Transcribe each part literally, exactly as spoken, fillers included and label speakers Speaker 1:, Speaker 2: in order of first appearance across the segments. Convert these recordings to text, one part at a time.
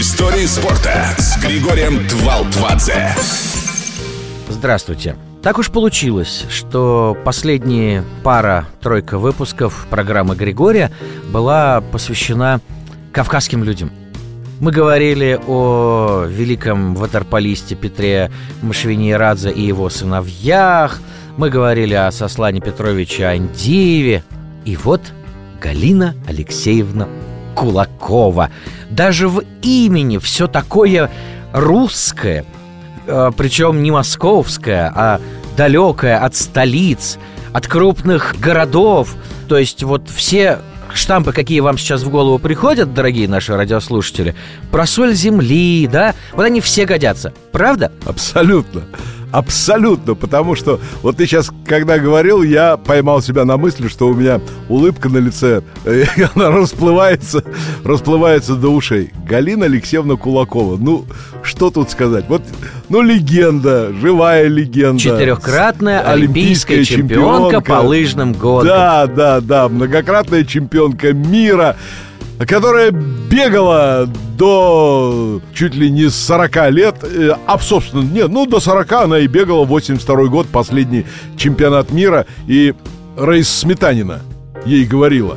Speaker 1: Истории спорта с Григорием Твалтвадзе.
Speaker 2: Здравствуйте. Так уж получилось, что последняя пара-тройка выпусков программы Григория была посвящена кавказским людям. Мы говорили о великом ватерполисте Петре Мошвенийрадзе и его сыновьях. Мы говорили о Сослане Петровиче Андиеве. И вот Галина Алексеевна Кулакова. Даже в имени все такое русское, причем не московское, а далекое от столиц, от крупных городов. То есть вот все штампы, какие вам сейчас в голову приходят, дорогие наши радиослушатели, про соль земли, да, вот они все годятся, правда?
Speaker 3: Абсолютно. Абсолютно, потому что вот ты сейчас, когда говорил, я поймал себя на мысли, что у меня улыбка на лице, она расплывается, расплывается до ушей. Галина Алексеевна Кулакова, ну, что тут сказать? Вот, ну, легенда, живая легенда.
Speaker 2: Четырехкратная олимпийская, олимпийская чемпионка, чемпионка по лыжным гонкам. Да,
Speaker 3: да, да, многократная чемпионка мира, которая бегала до чуть ли не сорока лет, а, собственно, нет, ну, до сорока она и бегала, восемьдесят второй год, последний чемпионат мира, и Раиса Сметанина ей говорила: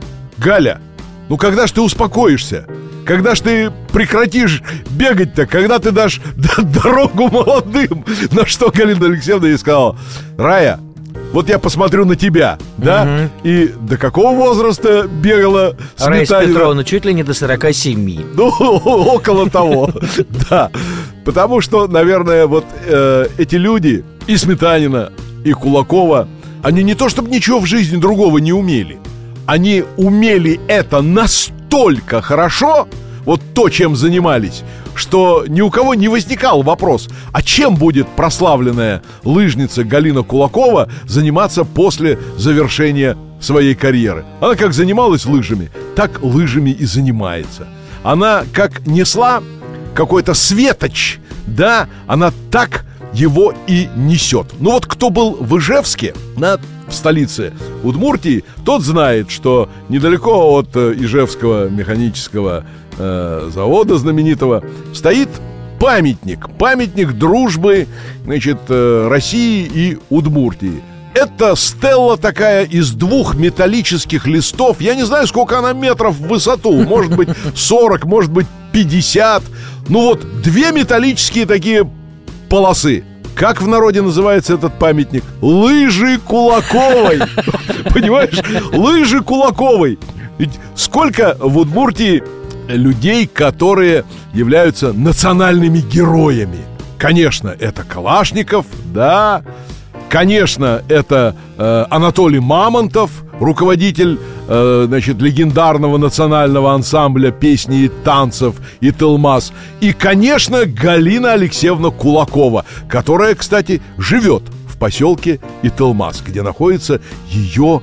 Speaker 3: Галя, ну когда ж ты успокоишься? Когда ж ты прекратишь бегать-то? Когда ты дашь дорогу молодым? На что Галина Алексеевна ей сказала: Рая, вот я посмотрю на тебя, да? Угу. И до какого возраста бегала Сметанина?
Speaker 2: Раиса Петровна чуть ли не до сорока семи.
Speaker 3: Ну, около того, да. Потому что, наверное, вот эти люди, и Сметанина, и Кулакова, они не то чтобы ничего в жизни другого не умели. Они умели это настолько хорошо, вот то, чем занимались, что ни у кого не возникал вопрос: а чем будет прославленная лыжница Галина Кулакова заниматься после завершения своей карьеры? Она как занималась лыжами, так лыжами и занимается. Она как несла какой-то светоч, да, она так его и несет. Ну вот кто был в Ижевске, да, в столице Удмуртии, тот знает, что недалеко от Ижевского механического э, завода знаменитого стоит памятник, памятник дружбы, значит, э, России и Удмуртии. Это стелла такая из двух металлических листов. Я не знаю, сколько она метров в высоту. Может быть сорок, может быть пятьдесят. Ну вот, две металлические такие полосы. Как в народе называется этот памятник? Лыжи Кулаковой. Понимаешь? Лыжи Кулаковой. Ведь сколько в Удмуртии людей, которые являются национальными героями? Конечно, это Калашников, да. Конечно, это э, Анатолий Мамонтов, руководитель э, значит, легендарного национального ансамбля песни и танцев «Итылмас». И, конечно, Галина Алексеевна Кулакова, которая, кстати, живет в поселке Итылмас, где находится ее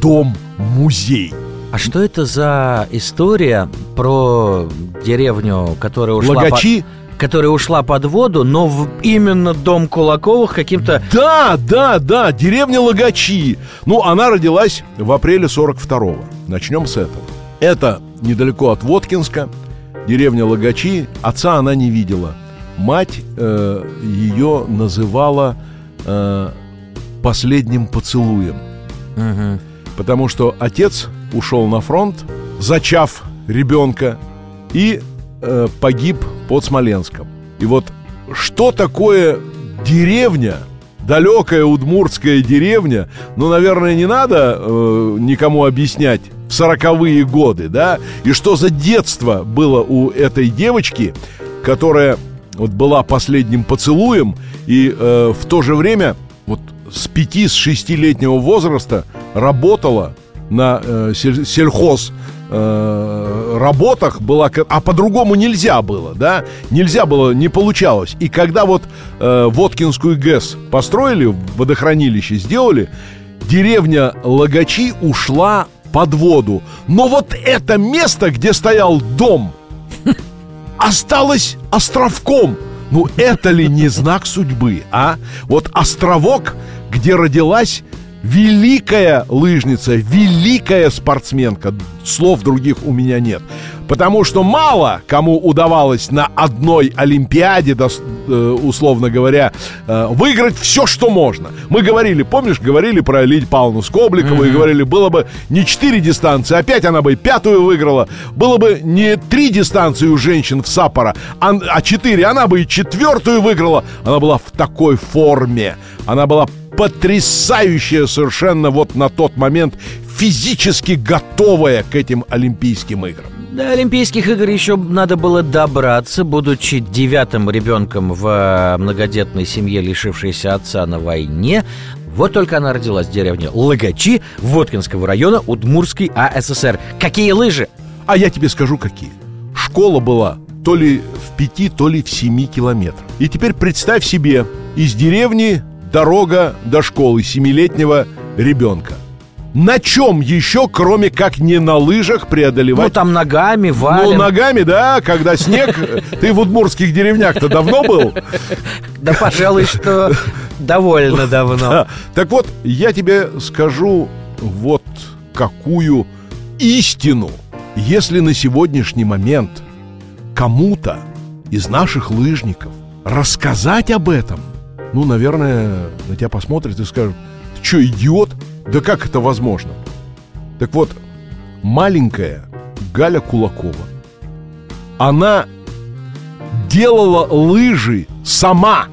Speaker 3: дом-музей.
Speaker 2: А что это за история про деревню, которая ушла...
Speaker 3: Логачи?
Speaker 2: По... которая ушла под воду, но в именно дом Кулаковых каким-то...
Speaker 3: Да, да, да, деревня Логачи. Ну, она родилась в апреле сорок второго. Начнем с этого. Это недалеко от Воткинска, деревня Логачи. Отца она не видела. Мать э, ее называла э, последним поцелуем. Угу. Потому что отец ушел на фронт, зачав ребенка, и э, погиб под Смоленском. И вот что такое деревня, далекая удмуртская деревня, ну, наверное, не надо э, никому объяснять в сороковые годы, да? И что за детство было у этой девочки, которая вот была последним поцелуем, и э, в то же время вот с пяти, с шестилетнего возраста работала на э, сель, сельхоз э, работах, была, а по-другому нельзя было, да, нельзя было, не получалось. И когда вот э, Воткинскую ГЭС построили, водохранилище сделали, деревня Логачи ушла под воду. Но вот это место, где стоял дом, осталось островком. Ну это ли не знак судьбы, а? Вот островок, где родилась великая лыжница, великая спортсменка. Слов других у меня нет. Потому что мало кому удавалось на одной Олимпиаде, условно говоря, выиграть все, что можно. Мы говорили, помнишь, говорили про Лидию Павловну Скобликову, mm-hmm. и говорили, было бы не четыре дистанции, опять она бы и пятую выиграла. Было бы не три дистанции у женщин в Саппоро, а четыре, она бы и четвертую выиграла. Она была в такой форме. Она была потрясающая совершенно вот на тот момент, физически готовая к этим Олимпийским играм.
Speaker 2: До Олимпийских игр еще надо было добраться, будучи девятым ребенком в многодетной семье, лишившейся отца на войне. Вот только она родилась в деревне Лагачи Воткинского района Удмуртской АССР. Какие лыжи?
Speaker 3: А я тебе скажу, какие. Школа была то ли в пяти, то ли в семи километрах. И теперь представь себе, из деревни дорога до школы семилетнего ребенка. На чем еще, кроме как не на лыжах преодолевать?
Speaker 2: Ну, там ногами, валим.
Speaker 3: Ну, ногами, да, когда снег. Ты в удмуртских деревнях-то давно был?
Speaker 2: Да, пожалуй, что довольно давно.
Speaker 3: Так вот, я тебе скажу вот какую истину. Если на сегодняшний момент кому-то из наших лыжников рассказать об этом, ну, наверное, на тебя посмотрят и скажут: ты что, идиот? Да как это возможно? Так вот, маленькая Галя Кулакова, она делала лыжи сама.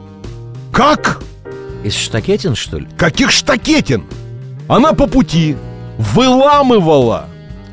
Speaker 3: Как?
Speaker 2: Из штакетин, что ли?
Speaker 3: Каких штакетин? Она по пути выламывала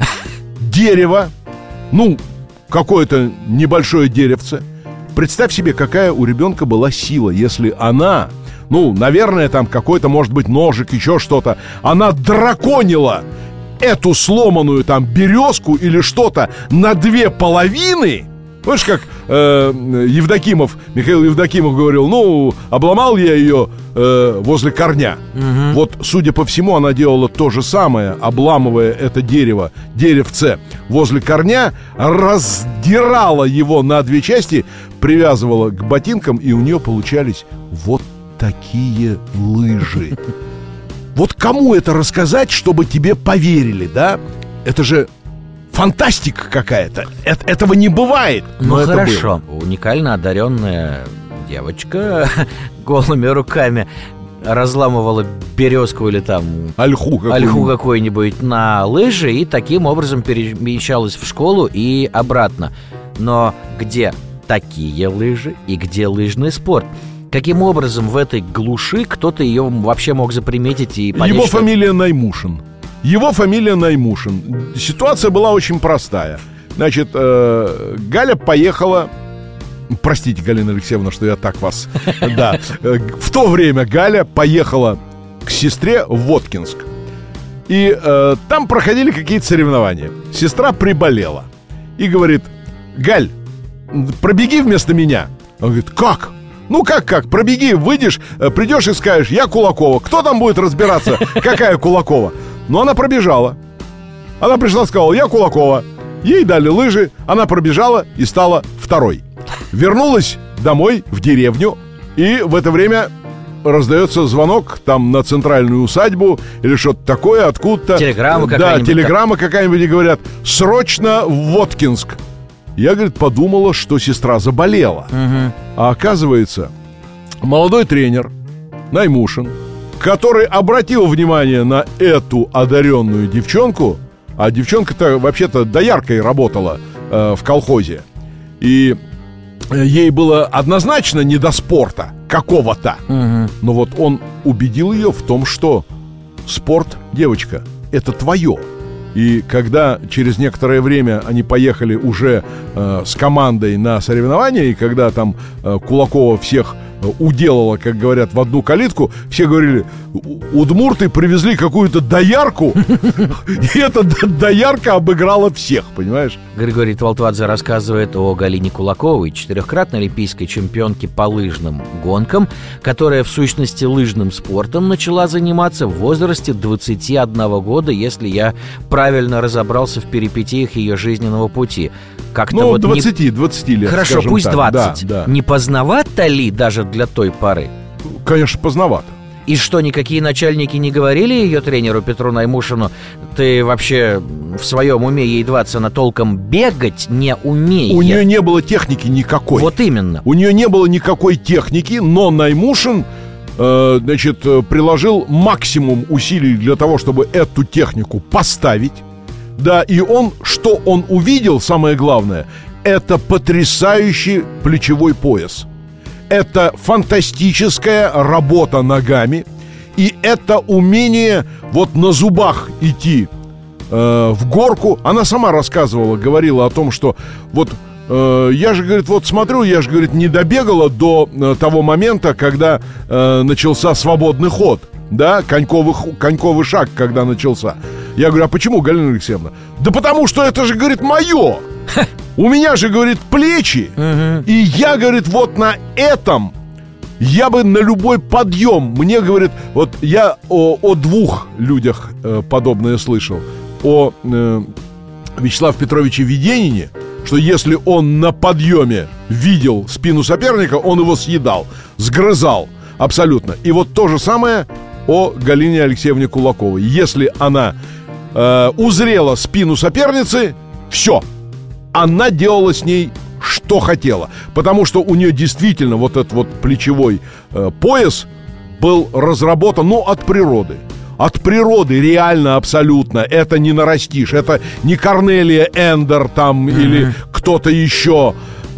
Speaker 3: дерево, ну, какое-то небольшое деревце. Представь себе, какая у ребенка была сила, если она... Ну, наверное, там какой-то, может быть, ножик, еще что-то. Она драконила эту сломанную там березку или что-то на две половины. Помнишь, как э, Евдокимов, Михаил Евдокимов говорил: ну, обломал я ее э, возле корня. Угу. Вот, судя по всему, она делала то же самое, обламывая это дерево, деревце возле корня, раздирала его на две части, привязывала к ботинкам, и у нее получались вот такие лыжи. Вот кому это рассказать, чтобы тебе поверили, да? Это же фантастика какая-то. Это, этого не бывает.
Speaker 2: Ну,
Speaker 3: это
Speaker 2: хорошо.
Speaker 3: было.
Speaker 2: Уникально одаренная девочка голыми руками разламывала березку или там
Speaker 3: ольху какую-нибудь.
Speaker 2: ольху какую-нибудь на лыжи и таким образом перемещалась в школу и обратно. Но где такие лыжи и где лыжный спорт? Каким образом в этой глуши кто-то ее вообще мог заприметить и понять,
Speaker 3: Его
Speaker 2: что...
Speaker 3: фамилия Наймушин. Его фамилия Наймушин. Ситуация была очень простая. Значит, э, Галя поехала... Простите, Галина Алексеевна, что я так вас... Да. В то время Галя поехала к сестре в Воткинск. И э, там проходили какие-то соревнования. Сестра приболела. И говорит: Галь, пробеги вместо меня. Он говорит: как? Ну как-как, пробеги, выйдешь, придешь и скажешь: я Кулакова. Кто там будет разбираться, какая Кулакова? Но она пробежала. Она пришла и сказала: я Кулакова. Ей дали лыжи, она пробежала и стала второй. Вернулась домой, в деревню, и в это время раздается звонок там на центральную усадьбу или что-то такое, откуда-то.
Speaker 2: Телеграмма какая-нибудь.
Speaker 3: Да, телеграмма какая-нибудь, и говорят: срочно в Воткинск. Я, говорит, подумала, что сестра заболела. Угу. А оказывается, молодой тренер Наймушин, который обратил внимание на эту одаренную девчонку, а девчонка-то вообще-то дояркой работала э, в колхозе, и ей было однозначно не до спорта какого-то. Угу. Но вот он убедил ее в том, что спорт, девочка, это твое. И когда через некоторое время они поехали уже э, с командой на соревнования, и когда там э, Кулакова всех э, уделала, как говорят, в одну калитку, все говорили: удмурты привезли какую-то доярку, и эта доярка обыграла всех, понимаешь?
Speaker 2: Григорий Твалтвадзе рассказывает о Галине Кулаковой, четырехкратной олимпийской чемпионке по лыжным гонкам, которая в сущности лыжным спортом начала заниматься в возрасте двадцати одного года, если я правильно разобрался в перипетиях ее жизненного пути. Как-то
Speaker 3: ну,
Speaker 2: вот
Speaker 3: двадцати, не... двадцати лет.
Speaker 2: Хорошо, пусть
Speaker 3: так.
Speaker 2: двадцать.
Speaker 3: Да, да.
Speaker 2: Не поздновато ли даже для той поры?
Speaker 3: Конечно, поздновато.
Speaker 2: И что, никакие начальники не говорили ее тренеру Петру Наймушину: ты вообще в своем уме, ей двадцать, она толком бегать не умеет?
Speaker 3: У нее не было техники никакой.
Speaker 2: Вот именно.
Speaker 3: У нее не было никакой техники, но Наймушин, э, значит, приложил максимум усилий для того, чтобы эту технику поставить. Да, и он, что он увидел, самое главное, это потрясающий плечевой пояс. Это фантастическая работа ногами. И это умение вот на зубах идти э, в горку. Она сама рассказывала, говорила о том, что вот э, я же, говорит, вот смотрю, я же, говорит, не добегала до э, того момента, когда э, начался свободный ход. Да, коньковый, коньковый шаг, когда начался. Я говорю, а почему, Галина Алексеевна? Да потому что это же, говорит, мое. У меня же, говорит, плечи. Uh-huh. И я, говорит, вот на этом я бы на любой подъем. Мне, говорит, вот я о, о двух людях э, подобное слышал. О э, Вячеславе Петровиче Веденине, что если он на подъеме видел спину соперника, он его съедал, сгрызал абсолютно. И вот то же самое о Галине Алексеевне Кулаковой. Если она э, узрела спину соперницы, все. Она делала с ней что хотела. Потому что у нее действительно вот этот вот плечевой э, пояс был разработан, ну, от природы. От природы реально абсолютно. Это не нарастишь. Это не Корнелия Эндер там mm-hmm. или кто-то еще,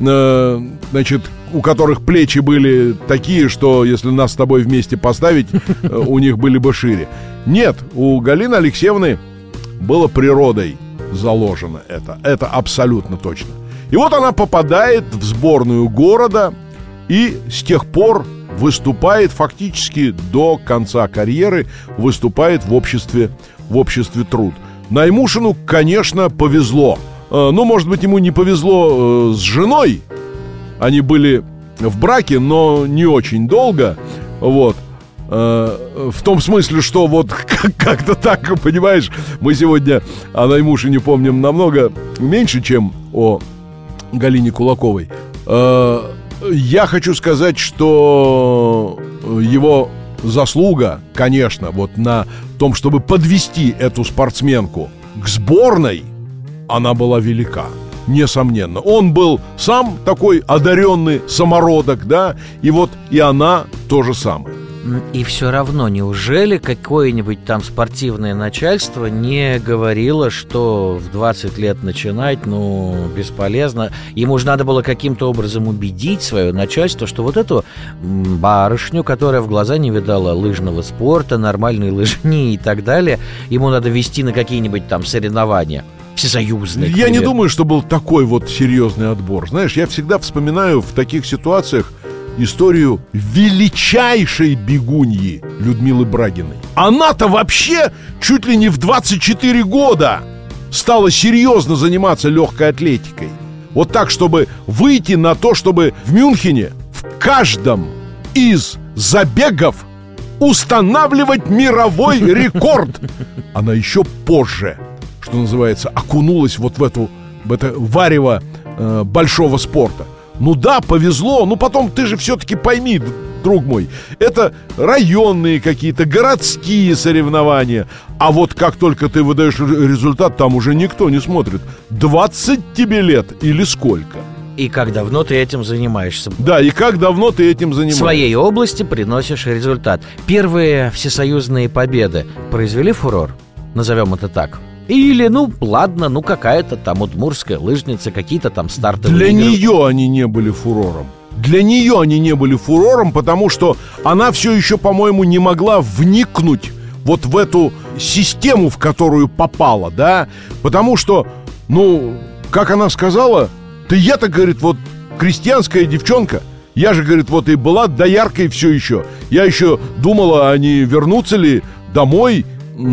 Speaker 3: э, значит, у которых плечи были такие, что если нас с тобой вместе поставить, э, у них были бы шире. Нет, у Галины Алексеевны было природой заложено это. Это абсолютно точно. И вот она попадает в сборную города и с тех пор выступает фактически до конца карьеры, выступает в обществе, в обществе Труд. Наймушину, конечно, повезло. Э, ну, может быть, ему не повезло э, с женой. Они были в браке, но не очень долго. Вот. В том смысле, что вот как-то так, понимаешь, мы сегодня о Наймушине помним намного меньше, чем о Галине Кулаковой. Я хочу сказать, что его заслуга, конечно, вот на том, чтобы подвести эту спортсменку к сборной, она была велика. Несомненно. Он был сам такой одаренный самородок, да, и вот и она то же самое.
Speaker 2: И все равно, неужели какое-нибудь там спортивное начальство не говорило, что в двадцать лет начинать, ну, бесполезно? Ему же надо было каким-то образом убедить свое начальство, что вот эту барышню, которая в глаза не видала лыжного спорта, нормальной лыжни и так далее, ему надо вести на какие-нибудь там соревнования всесоюзные.
Speaker 3: Я не думаю, что был такой вот серьезный отбор. Знаешь, я всегда вспоминаю в таких ситуациях историю величайшей бегуньи Людмилы Брагиной. Она-то вообще чуть ли не в двадцать четыре года стала серьезно заниматься легкой атлетикой. Вот так, чтобы выйти на то, чтобы в Мюнхене в каждом из забегов устанавливать мировой рекорд. Она еще позже, что называется, окунулась вот в эту в это варево э, большого спорта. Ну да, повезло, ну потом ты же все-таки пойми, друг мой, это районные какие-то, городские соревнования. А вот как только ты выдаешь результат, там уже никто не смотрит. двадцать тебе лет или сколько?
Speaker 2: И как давно ты этим занимаешься?
Speaker 3: Да, и как давно ты этим занимаешься?
Speaker 2: В своей области приносишь результат. Первые всесоюзные победы произвели фурор? Назовем это так. Или, ну, ладно, ну какая-то там удмуртская лыжница, какие-то там стартовые
Speaker 3: Для
Speaker 2: игры.
Speaker 3: нее они не были фурором. Для нее они не были фурором, потому что она все еще, по-моему, не могла вникнуть вот в эту систему, в которую попала, да? Потому что, ну, как она сказала, ты я-то, говорит, вот крестьянская девчонка. Я же, говорит, вот и была дояркой все еще. Я еще думала, а не вернутся ли домой,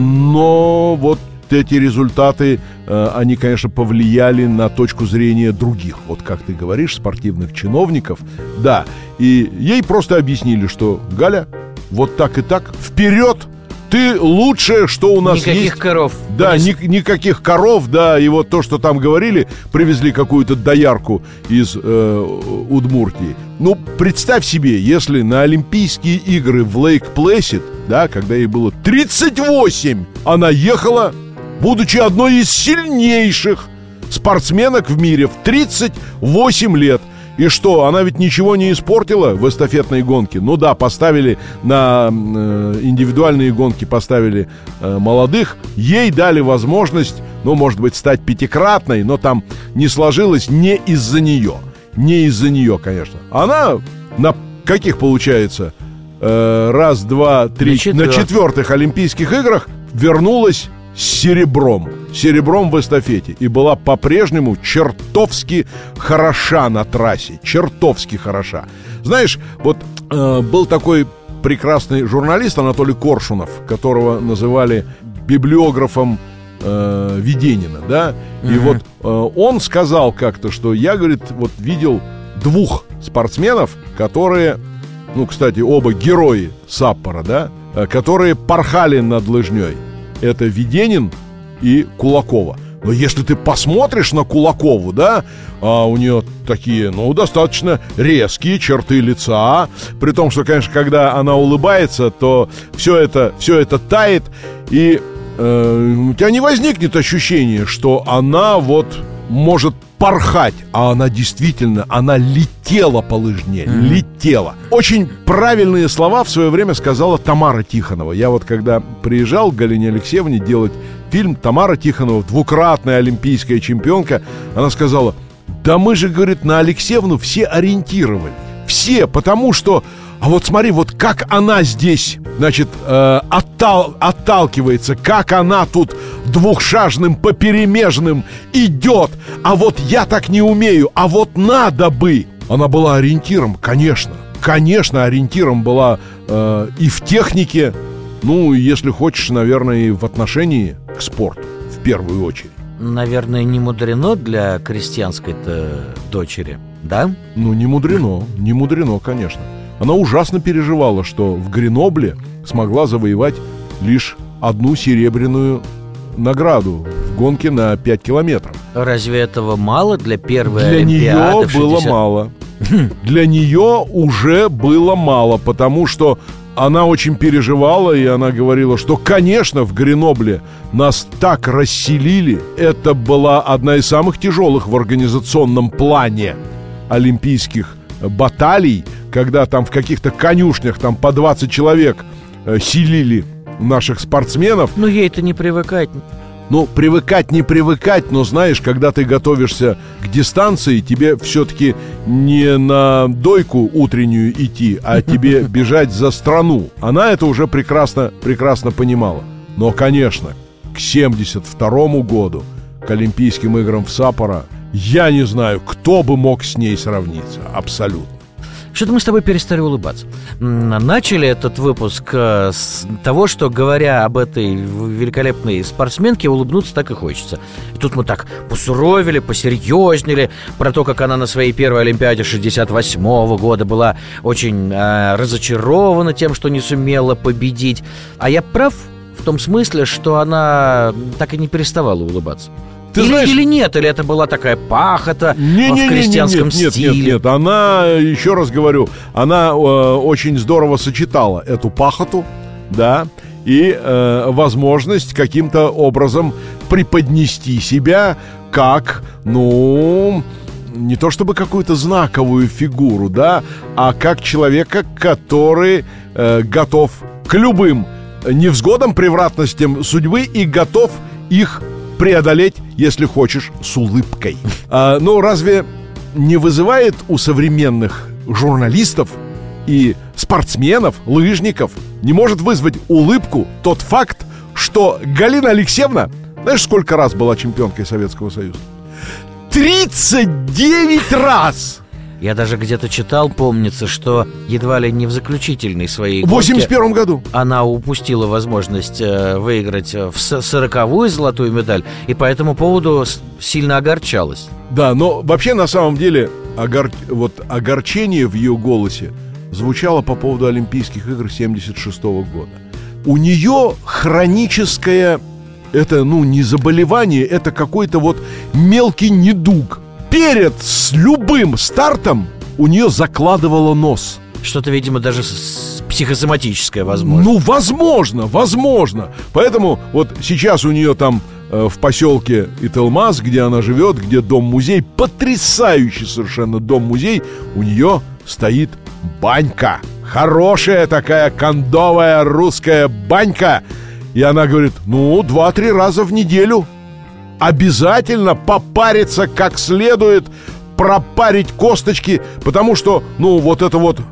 Speaker 3: но вот эти результаты, э, они, конечно, повлияли на точку зрения других, вот как ты говоришь, спортивных чиновников, да, и ей просто объяснили, что, Галя, вот так и так, вперед, ты лучшее, что у нас
Speaker 2: никаких
Speaker 3: есть.
Speaker 2: Никаких коров.
Speaker 3: Да, ни, никаких коров, да, и вот то, что там говорили, привезли какую-то доярку из э, Удмуртии. Ну, представь себе, если на Олимпийские игры в Лейк-Плэсид, да, когда ей было тридцать восемь, она ехала, будучи одной из сильнейших спортсменок в мире в тридцать восемь лет. И что, она ведь ничего не испортила в эстафетной гонке? Ну да, поставили на э, индивидуальные гонки, поставили э, молодых. Ей дали возможность, ну, может быть, стать пятикратной, но там не сложилось не из-за нее. Не из-за нее, конечно. Она на каких, получается, э, раз, два, три, на, четвер... на четвертых Олимпийских играх вернулась с серебром. Серебром в эстафете. И была по-прежнему чертовски хороша на трассе. Чертовски хороша. Знаешь, вот э, был такой прекрасный журналист Анатолий Коршунов, которого называли библиографом э, Веденина, да? И угу. вот э, он сказал как-то, что я, говорит, вот видел двух спортсменов, которые, ну, кстати, оба герои Саппора, да? Э, которые порхали над лыжней. Это Веденин и Кулакова. Но если ты посмотришь на Кулакову, да, а у нее такие, ну, достаточно резкие черты лица, при том, что, конечно, когда она улыбается, то все это, все это тает, и э, у тебя не возникнет ощущения, что она вот может порхать, а она действительно, она летела по лыжне, mm-hmm. летела. Очень правильные слова в свое время сказала Тамара Тихонова. Я вот когда приезжал к Галине Алексеевне делать фильм, Тамара Тихонова, двукратная олимпийская чемпионка, она сказала: да мы же, говорит, на Алексеевну все ориентировали. Все, потому что, а вот смотри, вот как она здесь, значит, э, оттал, отталкивается, как она тут двухшажным поперемежным идет. А вот я так не умею, а вот надо бы. Она была ориентиром, конечно. Конечно, ориентиром была э, и в технике, ну, если хочешь, наверное, и в отношении к спорту, в первую очередь.
Speaker 2: Наверное, не мудрено для крестьянской-то дочери, да?
Speaker 3: Ну, не мудрено, не мудрено, конечно. Она ужасно переживала, что в Гренобле смогла завоевать лишь одну серебряную награду в гонке на пять километров.
Speaker 2: Разве этого мало для первой
Speaker 3: для
Speaker 2: Олимпиады?
Speaker 3: Для нее было мало. Для нее уже было мало, потому что она очень переживала, и она говорила, что, конечно, в Гренобле нас так расселили. Это была одна из самых тяжелых в организационном плане олимпийских баталий, когда там в каких-то конюшнях там по двадцать человек э, селили наших спортсменов.
Speaker 2: Ну, ей-то не привыкать.
Speaker 3: Ну, привыкать не привыкать, но знаешь, когда ты готовишься к дистанции, тебе все-таки не на дойку утреннюю идти, а тебе бежать за страну. Она это уже прекрасно, прекрасно понимала. Но, конечно, к семьдесят второму году, к Олимпийским играм в Саппоро, я не знаю, кто бы мог с ней сравниться. Абсолютно.
Speaker 2: Что-то мы с тобой перестали улыбаться. Начали этот выпуск с того, что, говоря об этой великолепной спортсменке, улыбнуться так и хочется. И тут мы так посуровили, посерьезнели про то, как она на своей первой Олимпиаде шестьдесят восьмого года была очень э, разочарована тем, что не сумела победить. А я прав в том смысле, что она так и не переставала улыбаться?
Speaker 3: Ты
Speaker 2: или,
Speaker 3: знаешь,
Speaker 2: или нет, или это была такая пахота
Speaker 3: не,
Speaker 2: в
Speaker 3: не,
Speaker 2: крестьянском
Speaker 3: не, не, нет,
Speaker 2: стиле?
Speaker 3: Нет, нет, нет, она, еще раз говорю, она э, очень здорово сочетала эту пахоту, да, и э, возможность каким-то образом преподнести себя как, ну, не то чтобы какую-то знаковую фигуру, да, а как человека, который э, готов к любым невзгодам, превратностям судьбы и готов их преодолеть, если хочешь, с улыбкой. А, ну, разве не вызывает у современных журналистов и спортсменов, лыжников, не может вызвать улыбку тот факт, что Галина Алексеевна, знаешь, сколько раз была чемпионкой Советского Союза? тридцать девять раз!
Speaker 2: Я даже где-то читал, помнится, что едва ли не в заключительной своей гонке
Speaker 3: в восемьдесят первом году
Speaker 2: она упустила возможность э, выиграть в сороковую золотую медаль, и по этому поводу сильно огорчалась.
Speaker 3: Да, но вообще на самом деле огор... вот огорчение в ее голосе звучало по поводу Олимпийских игр семьдесят шестого года. у нее хроническое, это, ну, не заболевание, это какой-то вот мелкий недуг. Перед с любым стартом у нее закладывало нос.
Speaker 2: Что-то, видимо, даже с- психосоматическое, возможно.
Speaker 3: Ну, возможно, возможно. Поэтому вот сейчас у нее там э, в поселке Ителмаз, где она живет, где дом-музей, потрясающий совершенно дом-музей, у нее стоит банька. Хорошая такая кондовая русская банька. И она говорит, ну, два-три раза в неделю обязательно попариться как следует, пропарить косточки, потому что, ну, вот это вот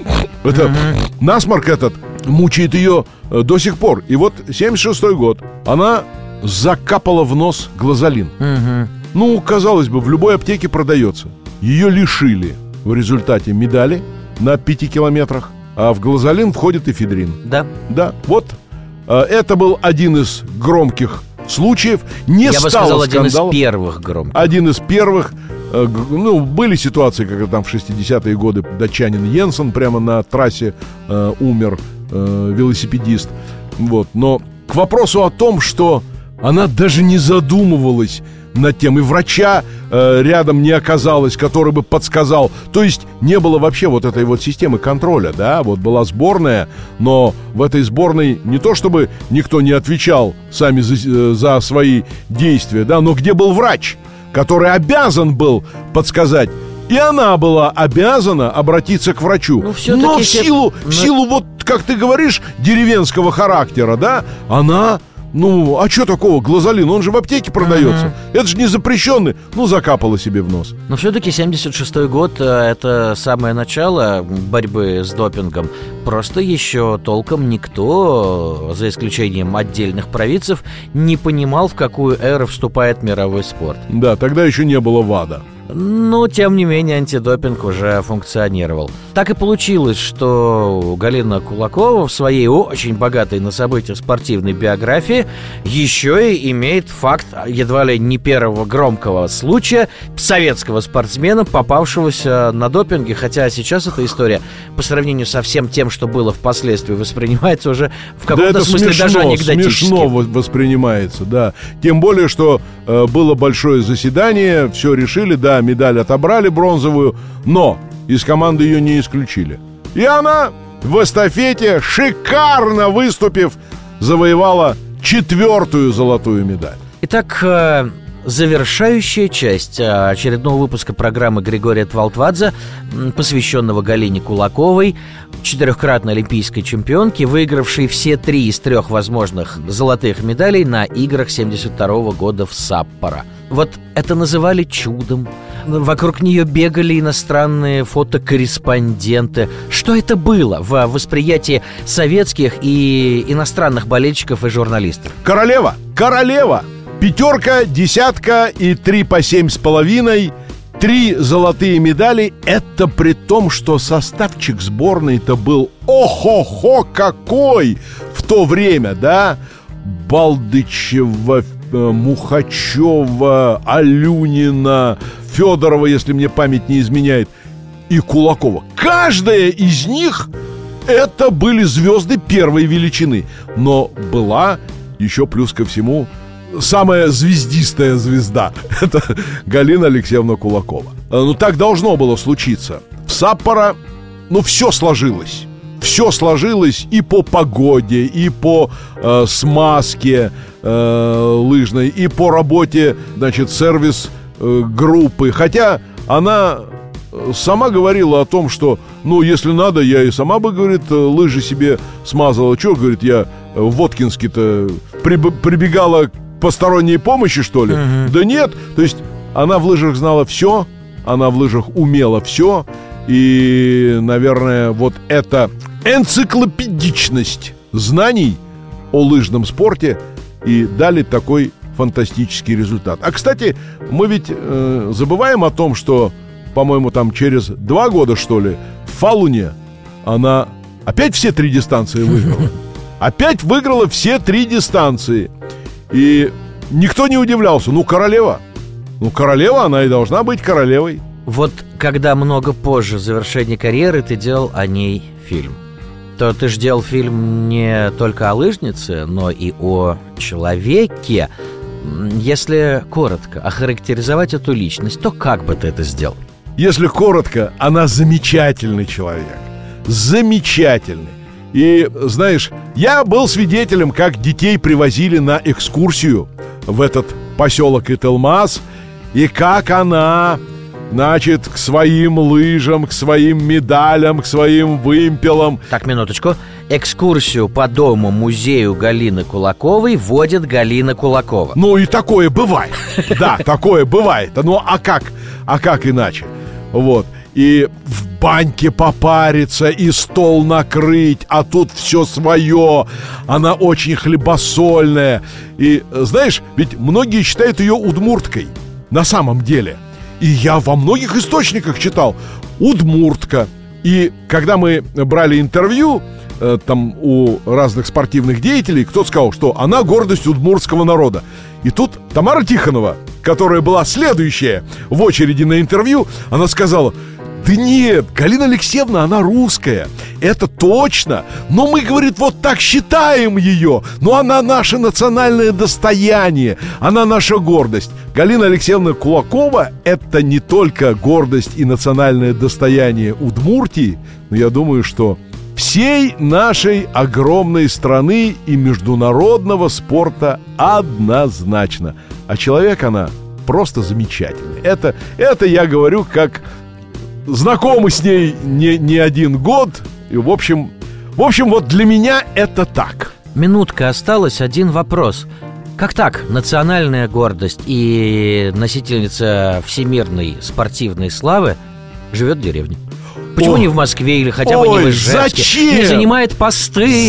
Speaker 3: это mm-hmm. насморк этот мучает ее э, до сих пор. И вот семьдесят шестой год она закапала в нос глазолин.
Speaker 2: Mm-hmm.
Speaker 3: Ну, казалось бы, в любой аптеке продается. Ее лишили в результате медали на пяти километрах, а в глазолин входит эфедрин.
Speaker 2: Да.
Speaker 3: Да, вот э, это был один из громких случаев. Не
Speaker 2: Я
Speaker 3: стало
Speaker 2: бы сказал, один из
Speaker 3: скандалов.
Speaker 2: первых громких.
Speaker 3: Один из первых. э, г- Ну, были ситуации, когда там в шестидесятые годы датчанин Йенсен прямо на трассе э, умер, э, велосипедист. Вот. Но к вопросу о том, что она даже не задумывалась над тем, и врача э, рядом не оказалось, который бы подсказал. То есть не было вообще вот этой вот системы контроля, да, вот была сборная, но в этой сборной не то чтобы никто не отвечал сами за, э, за свои действия, да, но где был врач, который обязан был подсказать. И она была обязана обратиться к врачу.
Speaker 2: Ну, всё-таки
Speaker 3: но в
Speaker 2: се-
Speaker 3: силу,
Speaker 2: но-
Speaker 3: в силу вот, как ты говоришь, деревенского характера, да, она... Ну, а что такого? Глазолин, он же в аптеке продается.
Speaker 2: Мгм.
Speaker 3: Это же не запрещенный. Ну, закапала себе в нос.
Speaker 2: Но все-таки семьдесят шестой год – это самое начало борьбы с допингом. Просто еще толком никто, за исключением отдельных провидцев, не понимал, в какую эру вступает мировой спорт.
Speaker 3: Да, тогда еще не было ВАДА.
Speaker 2: Но, тем не менее, антидопинг уже функционировал. Так и получилось, что Галина Кулакова в своей очень богатой на события спортивной биографии еще и имеет факт едва ли не первого громкого случая советского спортсмена, попавшегося на допинге. Хотя сейчас эта история по сравнению со всем тем, что было впоследствии, воспринимается уже в
Speaker 3: Да,
Speaker 2: каком-то
Speaker 3: это
Speaker 2: смысле
Speaker 3: смешно,
Speaker 2: даже анекдотически.
Speaker 3: смешно во- воспринимается, да. Тем более, что э, было большое заседание, все решили, да, медаль отобрали бронзовую, но из команды ее не исключили. И она в эстафете, шикарно выступив, завоевала четвертую золотую медаль.
Speaker 2: Итак, э, завершающая часть э, очередного выпуска программы Григория Твалтвадзе, м, посвященного Галине Кулаковой, четырехкратной олимпийской чемпионке, выигравшей все три из трех возможных золотых медалей на играх семьдесят второго года в Саппоро. Вот это называли чудом. Вокруг нее бегали иностранные фотокорреспонденты. Что это было в восприятии советских и иностранных болельщиков и журналистов?
Speaker 3: Королева, королева! Пятерка, десятка и три по семь с половиной. Три золотые медали. Это при том, что составчик сборной-то был ох-хо-хо какой в то время, да? Балдычева, э, Мухачева, Алюнина, Федорова, если мне память не изменяет, и Кулакова. Каждая из них это были звезды первой величины. Но была еще плюс ко всему самая звездистая звезда. Это Галина Алексеевна Кулакова. Ну, так должно было случиться. В Саппоро, ну, все сложилось. Все сложилось и по погоде, и по э, смазке э, лыжной, и по работе, значит, сервис-группы. Хотя она сама говорила о том, что, ну, если надо, я и сама бы, говорит, лыжи себе смазала. Чего, говорит, я в Воткинске-то приб- прибегала к посторонней помощи, что ли?
Speaker 2: Мгм.
Speaker 3: Да нет. То есть она в лыжах знала все, она в лыжах умела все. И, наверное, вот эта энциклопедичность знаний о лыжном спорте и дали такой фантастический результат. А, кстати, мы ведь э, забываем о том, что, по-моему, там через два года, что ли, в Фалуне она опять все три дистанции выиграла. Опять выиграла все три дистанции. И никто не удивлялся. Ну, королева. Ну, королева, она и должна быть королевой.
Speaker 2: Вот когда много позже завершения карьеры ты делал о ней фильм. то ты ж делал фильм не только о лыжнице, но и о человеке. Если коротко охарактеризовать эту личность, то как бы ты это сделал?
Speaker 3: Если коротко, она замечательный человек. Замечательный. И, знаешь, я был свидетелем, как детей привозили на экскурсию в этот поселок Ителмаз, и как она, значит, к своим лыжам, к своим медалям, к своим вымпелам.
Speaker 2: Так, минуточку. Экскурсию по дому музею Галины Кулаковой водит Галина Кулакова.
Speaker 3: Ну и такое бывает. Да, такое бывает. Ну а как? А как иначе? Вот. И в баньке попариться, и стол накрыть, а тут все свое. Она очень хлебосольная. И знаешь, ведь многие считают ее удмурткой. На самом деле. И я во многих источниках читал: удмуртка. И когда мы брали интервью э, там у разных спортивных деятелей, кто-то сказал, что она гордость удмуртского народа. И тут Тамара Тихонова, которая была следующая в очереди на интервью, она сказала: да нет, Галина Алексеевна, она русская, это точно. Но мы, говорит, вот так считаем ее. Но она наше национальное достояние, она наша гордость. Галина Алексеевна Кулакова — это не только гордость и национальное достояние Удмуртии, но я думаю, что всей нашей огромной страны и международного спорта однозначно. А человек она просто замечательный. Это, это я говорю как знакомый с ней не, не один год. И в общем, в общем, вот для меня это так.
Speaker 2: Минутка осталась, один вопрос. Как так? Национальная гордость и носительница всемирной спортивной славы живет в деревне. Почему
Speaker 3: Ой.
Speaker 2: не в Москве или хотя бы
Speaker 3: Ой,
Speaker 2: не в Ижевске?
Speaker 3: зачем?
Speaker 2: Не занимает посты?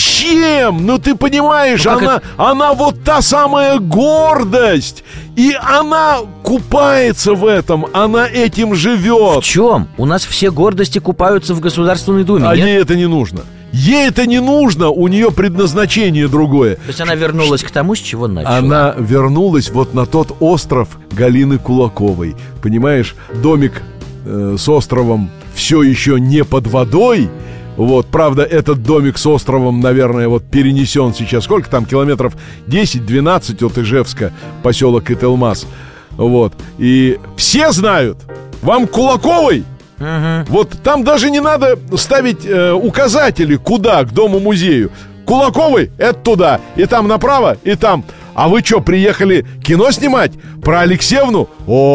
Speaker 3: Зачем? Ну ты понимаешь,
Speaker 2: Ну, как
Speaker 3: она,
Speaker 2: это?
Speaker 3: она вот та самая гордость. И она купается в этом, она этим
Speaker 2: В
Speaker 3: живет.
Speaker 2: чем? У нас все гордости купаются в Государственной Думе,
Speaker 3: А
Speaker 2: нет?
Speaker 3: ей это не нужно. Ей это не нужно, у нее предназначение другое.
Speaker 2: То есть она вернулась к тому, с чего начала.
Speaker 3: Она вернулась вот на тот остров Галины Кулаковой. Понимаешь, домик э, с островом все еще не под водой. Вот, правда, этот домик с островом, наверное, вот перенесен сейчас. Сколько там километров? десять-двенадцать от Ижевска, поселок Ителмаз. Вот, и все знают, вам Кулаковой.
Speaker 2: Угу.
Speaker 3: Вот там даже не надо ставить э, указатели, куда, к дому-музею. Кулаковой — это туда, и там направо, и там. А вы что, приехали кино снимать? Про Алексеевну?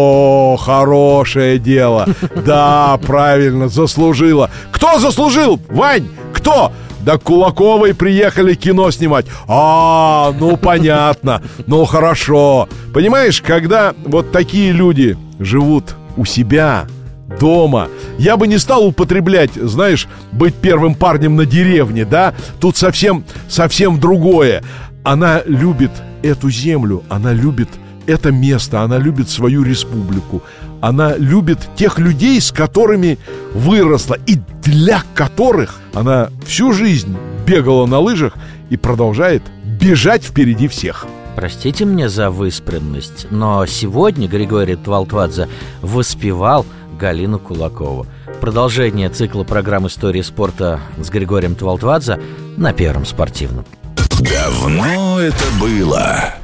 Speaker 3: О, хорошее дело. Да, правильно, заслужила. Кто заслужил, Вань? Кто? Да Кулаковой приехали кино снимать. А, ну понятно, ну хорошо. Понимаешь, когда вот такие люди живут у себя дома, я бы не стал употреблять, знаешь, быть первым парнем на деревне, да? Тут совсем, совсем другое. Она любит эту землю, она любит это место, она любит свою республику, она любит тех людей, с которыми выросла, и для которых она всю жизнь бегала на лыжах и продолжает бежать впереди всех.
Speaker 2: Простите мне за выспренность, но сегодня Григорий Твалтвадзе воспевал Галину Кулакову. Продолжение цикла программ «Истории спорта» с Григорием Твалтвадзе на Первом спортивном.
Speaker 1: Давно это было.